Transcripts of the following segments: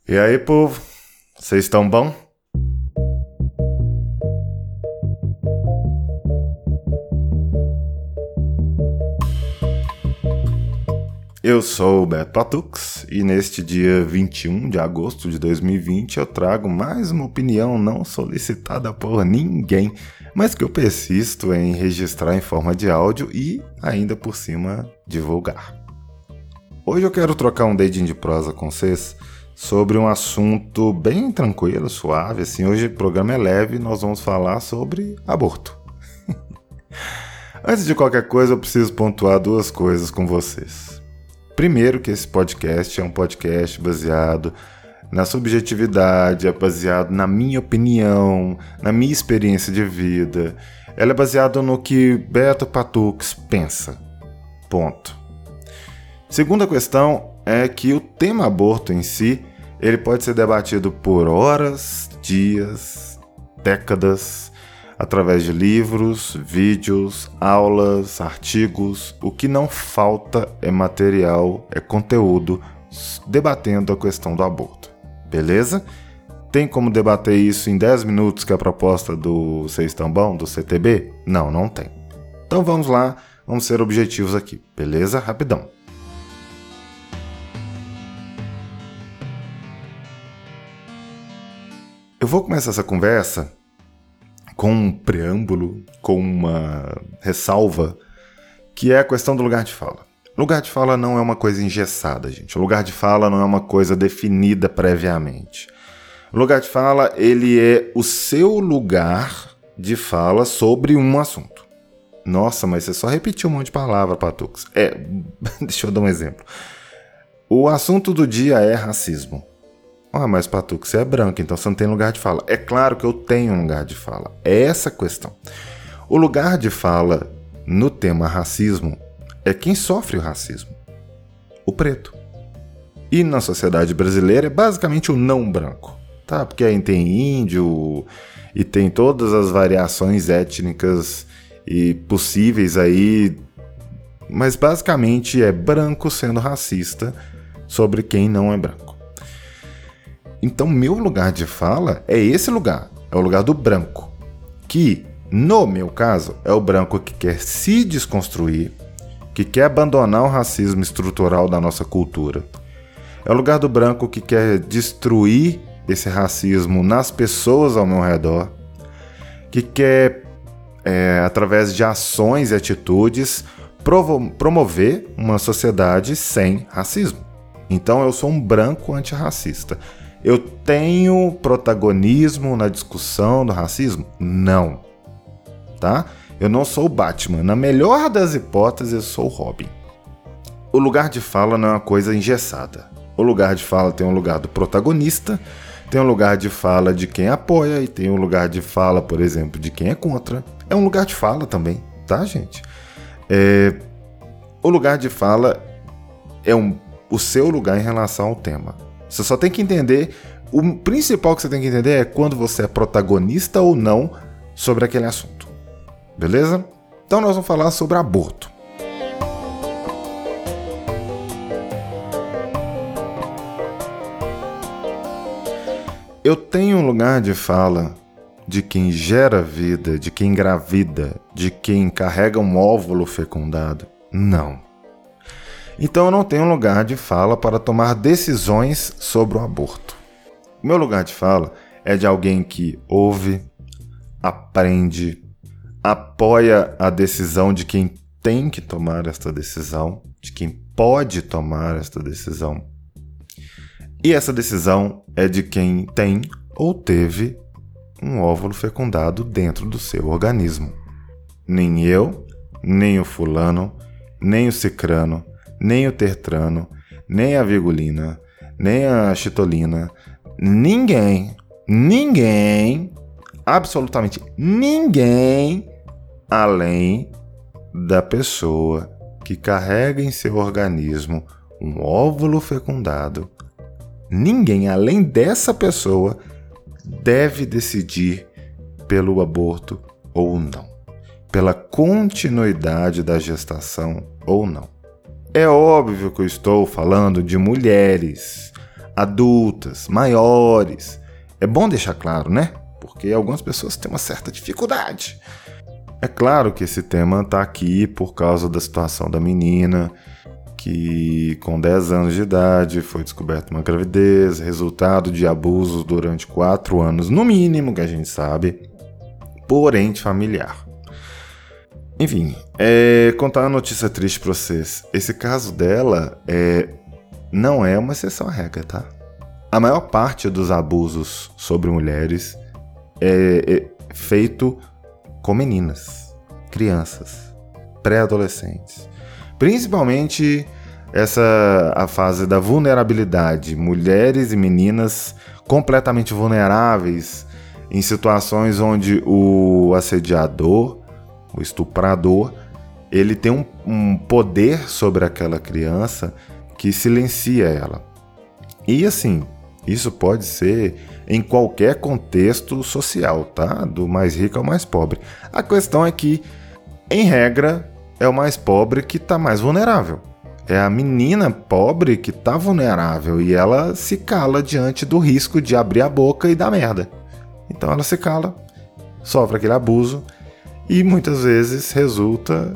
E aí, povo? Vocês estão bom? Eu sou o Beto Patux e neste dia 21 de agosto de 2020 eu trago mais uma opinião não solicitada por ninguém, mas que eu persisto em registrar em forma de áudio e, ainda por cima, divulgar. Hoje eu quero trocar um dedinho de prosa com vocês sobre um assunto bem tranquilo, suave, assim. Hoje o programa é leve e nós vamos falar sobre aborto. Antes de qualquer coisa, eu preciso pontuar duas coisas com vocês. Primeiro, que esse podcast é um podcast baseado na subjetividade, é baseado na minha opinião, na minha experiência de vida. Ela é baseada no que Beto Patux pensa. Ponto. Segunda questão é que o tema aborto em si, ele pode ser debatido por horas, dias, décadas, através de livros, vídeos, aulas, artigos. O que não falta é material, é conteúdo debatendo a questão do aborto. Beleza? Tem como debater isso em 10 minutos, que é a proposta do Vocês Estão Bom, do CTB? Não, não tem. Então vamos lá, vamos ser objetivos aqui. Beleza? Rapidão. Eu vou começar essa conversa com um preâmbulo, com uma ressalva, que é a questão do lugar de fala. Lugar de fala não é uma coisa engessada, gente. O lugar de fala não é uma coisa definida previamente. O lugar de fala, ele é o seu lugar de fala sobre um assunto. Nossa, mas você só repetiu um monte de palavra, Patux. Deixa eu dar um exemplo. O assunto do dia é racismo. Mas Patux, você é branco, então você não tem lugar de fala. É claro que eu tenho um lugar de fala. É essa a questão. O lugar de fala no tema racismo é quem sofre o racismo. O preto. E na sociedade brasileira é basicamente o não branco. Tá? Porque aí tem índio e tem todas as variações étnicas e possíveis aí. Mas basicamente é branco sendo racista sobre quem não é branco. Então, meu lugar de fala é esse lugar, é o lugar do branco, que, no meu caso, é o branco que quer se desconstruir, que quer abandonar o racismo estrutural da nossa cultura. É o lugar do branco que quer destruir esse racismo nas pessoas ao meu redor, que quer, através de ações e atitudes, promover uma sociedade sem racismo. Então, eu sou um branco antirracista. Eu tenho protagonismo na discussão do racismo? Não. Tá? Eu não sou o Batman. Na melhor das hipóteses, eu sou o Robin. O lugar de fala não é uma coisa engessada. O lugar de fala tem um lugar do protagonista, tem um lugar de fala de quem apoia e tem um lugar de fala, por exemplo, de quem é contra. É um lugar de fala também, tá, gente? O lugar de fala é o seu lugar em relação ao tema. Você só tem que entender, o principal que você tem que entender é quando você é protagonista ou não sobre aquele assunto. Beleza? Então nós vamos falar sobre aborto. Eu tenho um lugar de fala de quem gera vida, de quem engravida, de quem carrega um óvulo fecundado? Não. Então eu não tenho lugar de fala para tomar decisões sobre o aborto. O meu lugar de fala é de alguém que ouve, aprende, apoia a decisão de quem tem que tomar esta decisão, de quem pode tomar esta decisão. E essa decisão é de quem tem ou teve um óvulo fecundado dentro do seu organismo. Nem eu, nem o fulano, nem o cicrano, nem o tertrano, nem a virgulina, nem a chitolina, ninguém, absolutamente ninguém, além da pessoa que carrega em seu organismo um óvulo fecundado, ninguém além dessa pessoa deve decidir pelo aborto ou não, pela continuidade da gestação ou não. É óbvio que eu estou falando de mulheres. adultas, maiores. É bom deixar claro, né? Porque algumas pessoas têm uma certa dificuldade. É claro que esse tema está aqui por causa da situação da menina, que com 10 anos de idade foi descoberta uma gravidez, resultado de abusos durante 4 anos, no mínimo, que a gente sabe, por ente familiar. Enfim, contar uma notícia triste para vocês. Esse caso dela não é uma exceção à regra, tá? A maior parte dos abusos sobre mulheres é feito com meninas, crianças, pré-adolescentes. Principalmente a fase da vulnerabilidade. Mulheres e meninas completamente vulneráveis em situações onde o assediador, o estuprador, ele tem um poder sobre aquela criança que silencia ela. E assim, isso pode ser em qualquer contexto social, tá? Do mais rico ao mais pobre. A questão é que, em regra, é o mais pobre que está mais vulnerável. É a menina pobre que está vulnerável e ela se cala diante do risco de abrir a boca e dar merda. Então ela se cala, sofre aquele abuso e muitas vezes resulta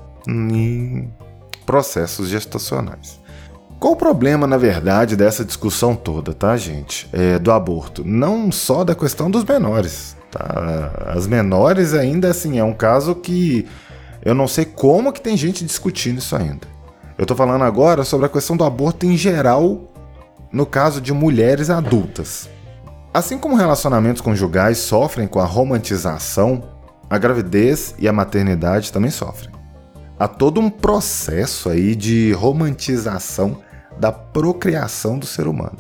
em processos gestacionais. Qual o problema, na verdade, dessa discussão toda, tá, gente? Do aborto. Não só da questão dos menores, tá? As menores ainda, assim, é um caso que eu não sei como que tem gente discutindo isso ainda. Eu tô falando agora sobre a questão do aborto em geral, no caso de mulheres adultas. Assim como relacionamentos conjugais sofrem com a romantização, a gravidez e a maternidade também sofrem. Há todo um processo aí de romantização da procriação do ser humano.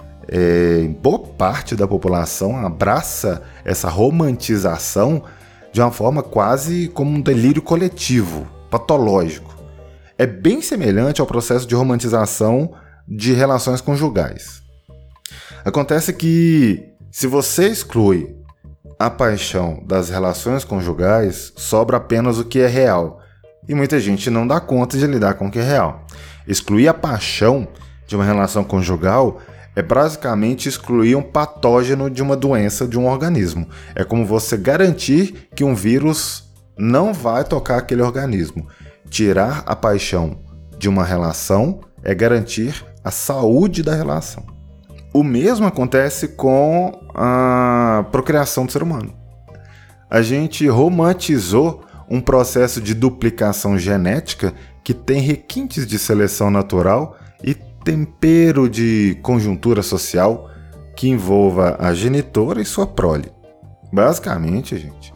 Boa parte da população abraça essa romantização de uma forma quase como um delírio coletivo, patológico. É bem semelhante ao processo de romantização de relações conjugais. Acontece que, se você exclui a paixão das relações conjugais, sobra apenas o que é real. E muita gente não dá conta de lidar com o que é real. Excluir a paixão de uma relação conjugal é basicamente excluir um patógeno de uma doença de um organismo. É como você garantir que um vírus não vai tocar aquele organismo. Tirar a paixão de uma relação é garantir a saúde da relação. O mesmo acontece com a procriação do ser humano. A gente romantizou um processo de duplicação genética que tem requintes de seleção natural e tempero de conjuntura social que envolva a genitora e sua prole. Basicamente, gente,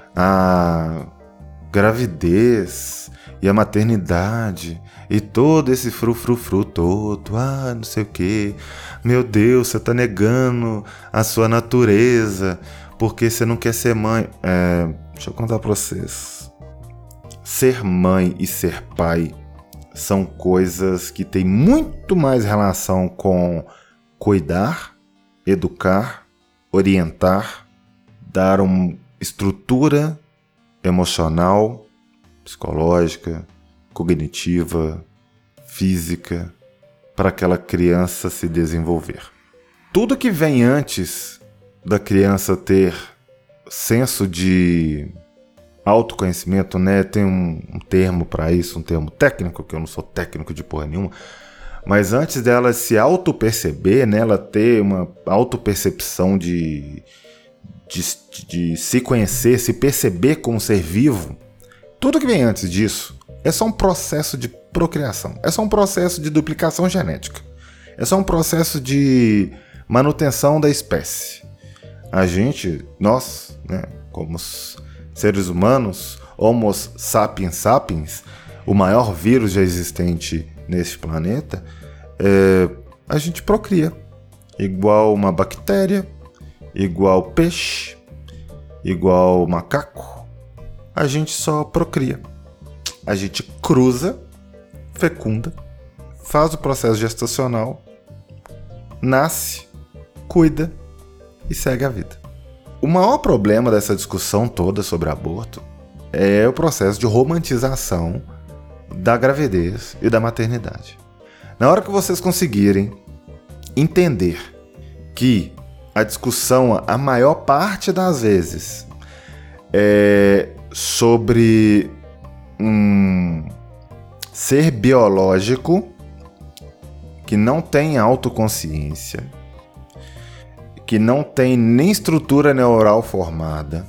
a gravidez e a maternidade e todo esse frufrufru todo, não sei o que, meu Deus, você tá negando a sua natureza porque você não quer ser mãe. Deixa eu contar pra vocês. Ser mãe e ser pai são coisas que têm muito mais relação com cuidar, educar, orientar, dar uma estrutura emocional, psicológica, cognitiva, física, para aquela criança se desenvolver. Tudo que vem antes da criança ter senso de autoconhecimento, né? Tem um termo para isso, um termo técnico, que eu não sou técnico de porra nenhuma, mas antes dela se auto-perceber, né? Ela ter uma auto-percepção de se conhecer, se perceber como ser vivo, tudo que vem antes disso é só um processo de procriação, é só um processo de duplicação genética, é só um processo de manutenção da espécie. A gente, nós, né, como seres humanos, Homo sapiens sapiens, o maior vírus já existente neste planeta, a gente procria, igual uma bactéria, igual peixe, igual macaco. A gente só procria. A gente cruza, fecunda, faz o processo gestacional, nasce, cuida e segue a vida. O maior problema dessa discussão toda sobre aborto é o processo de romantização da gravidez e da maternidade. Na hora que vocês conseguirem entender que a discussão, a maior parte das vezes, é sobre um ser biológico que não tem autoconsciência, que não tem nem estrutura neural formada,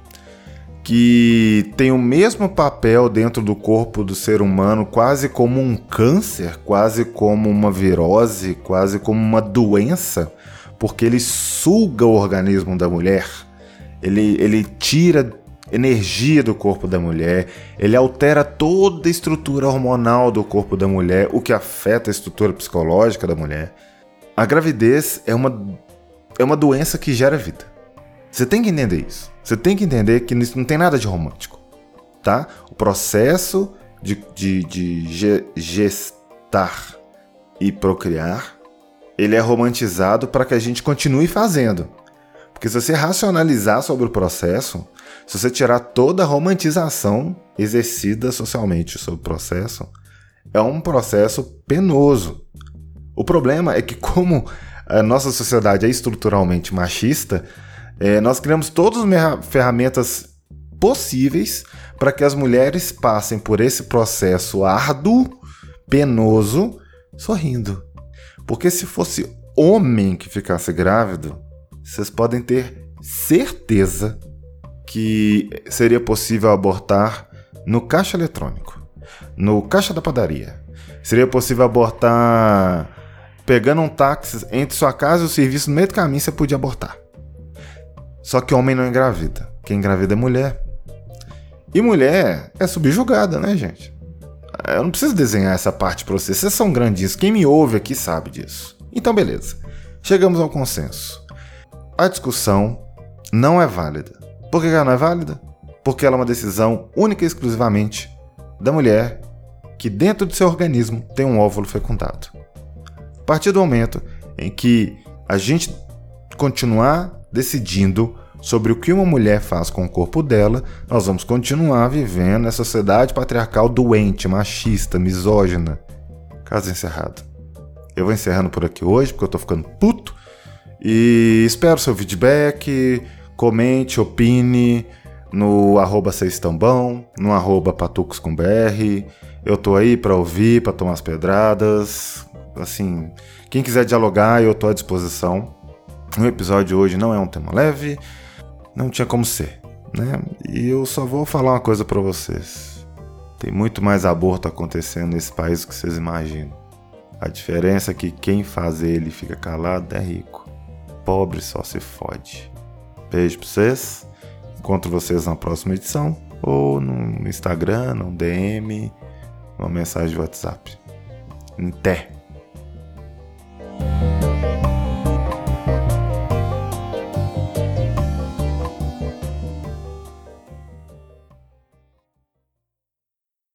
que tem o mesmo papel dentro do corpo do ser humano, quase como um câncer, quase como uma virose, quase como uma doença, porque ele suga o organismo da mulher, ele tira energia do corpo da mulher, ele altera toda a estrutura hormonal do corpo da mulher, o que afeta a estrutura psicológica da mulher. A gravidez é uma doença que gera vida. Você tem que entender isso. Você tem que entender que isso não tem nada de romântico, tá? O processo de gestar e procriar, ele é romantizado para que a gente continue fazendo. Porque se você racionalizar sobre o processo, se você tirar toda a romantização exercida socialmente sobre o processo, é um processo penoso. O problema é que, como a nossa sociedade é estruturalmente machista, nós criamos todas as ferramentas possíveis para que as mulheres passem por esse processo árduo, penoso, sorrindo. Porque se fosse homem que ficasse grávido, vocês podem ter certeza que seria possível abortar no caixa eletrônico, no caixa da padaria. Seria possível abortar pegando um táxi entre sua casa e o serviço, no meio do caminho você podia abortar. Só que homem não engravida. Quem engravida é mulher. E mulher é subjugada, né, gente? Eu não preciso desenhar essa parte pra vocês. Vocês são grandinhos. Quem me ouve aqui sabe disso. Então, beleza. Chegamos ao consenso. A discussão não é válida. Por que ela não é válida? Porque ela é uma decisão única e exclusivamente da mulher que dentro do seu organismo tem um óvulo fecundado. A partir do momento em que a gente continuar decidindo sobre o que uma mulher faz com o corpo dela, nós vamos continuar vivendo nessa sociedade patriarcal doente, machista, misógina. Caso encerrado. Eu vou encerrando por aqui hoje, porque eu tô ficando puto. E espero seu feedback, comente, opine no @seistambão, no @patucoscombr. Eu tô aí pra ouvir, pra tomar as pedradas. Assim, quem quiser dialogar, eu tô à disposição. O episódio de hoje não é um tema leve, não tinha como ser, né? E eu só vou falar uma coisa pra vocês. Tem muito mais aborto acontecendo nesse país do que vocês imaginam. A diferença é que quem faz ele e fica calado é rico. Pobre só se fode. Beijo pra vocês. Encontro vocês na próxima edição. Ou no Instagram, no DM, numa mensagem de WhatsApp. Até!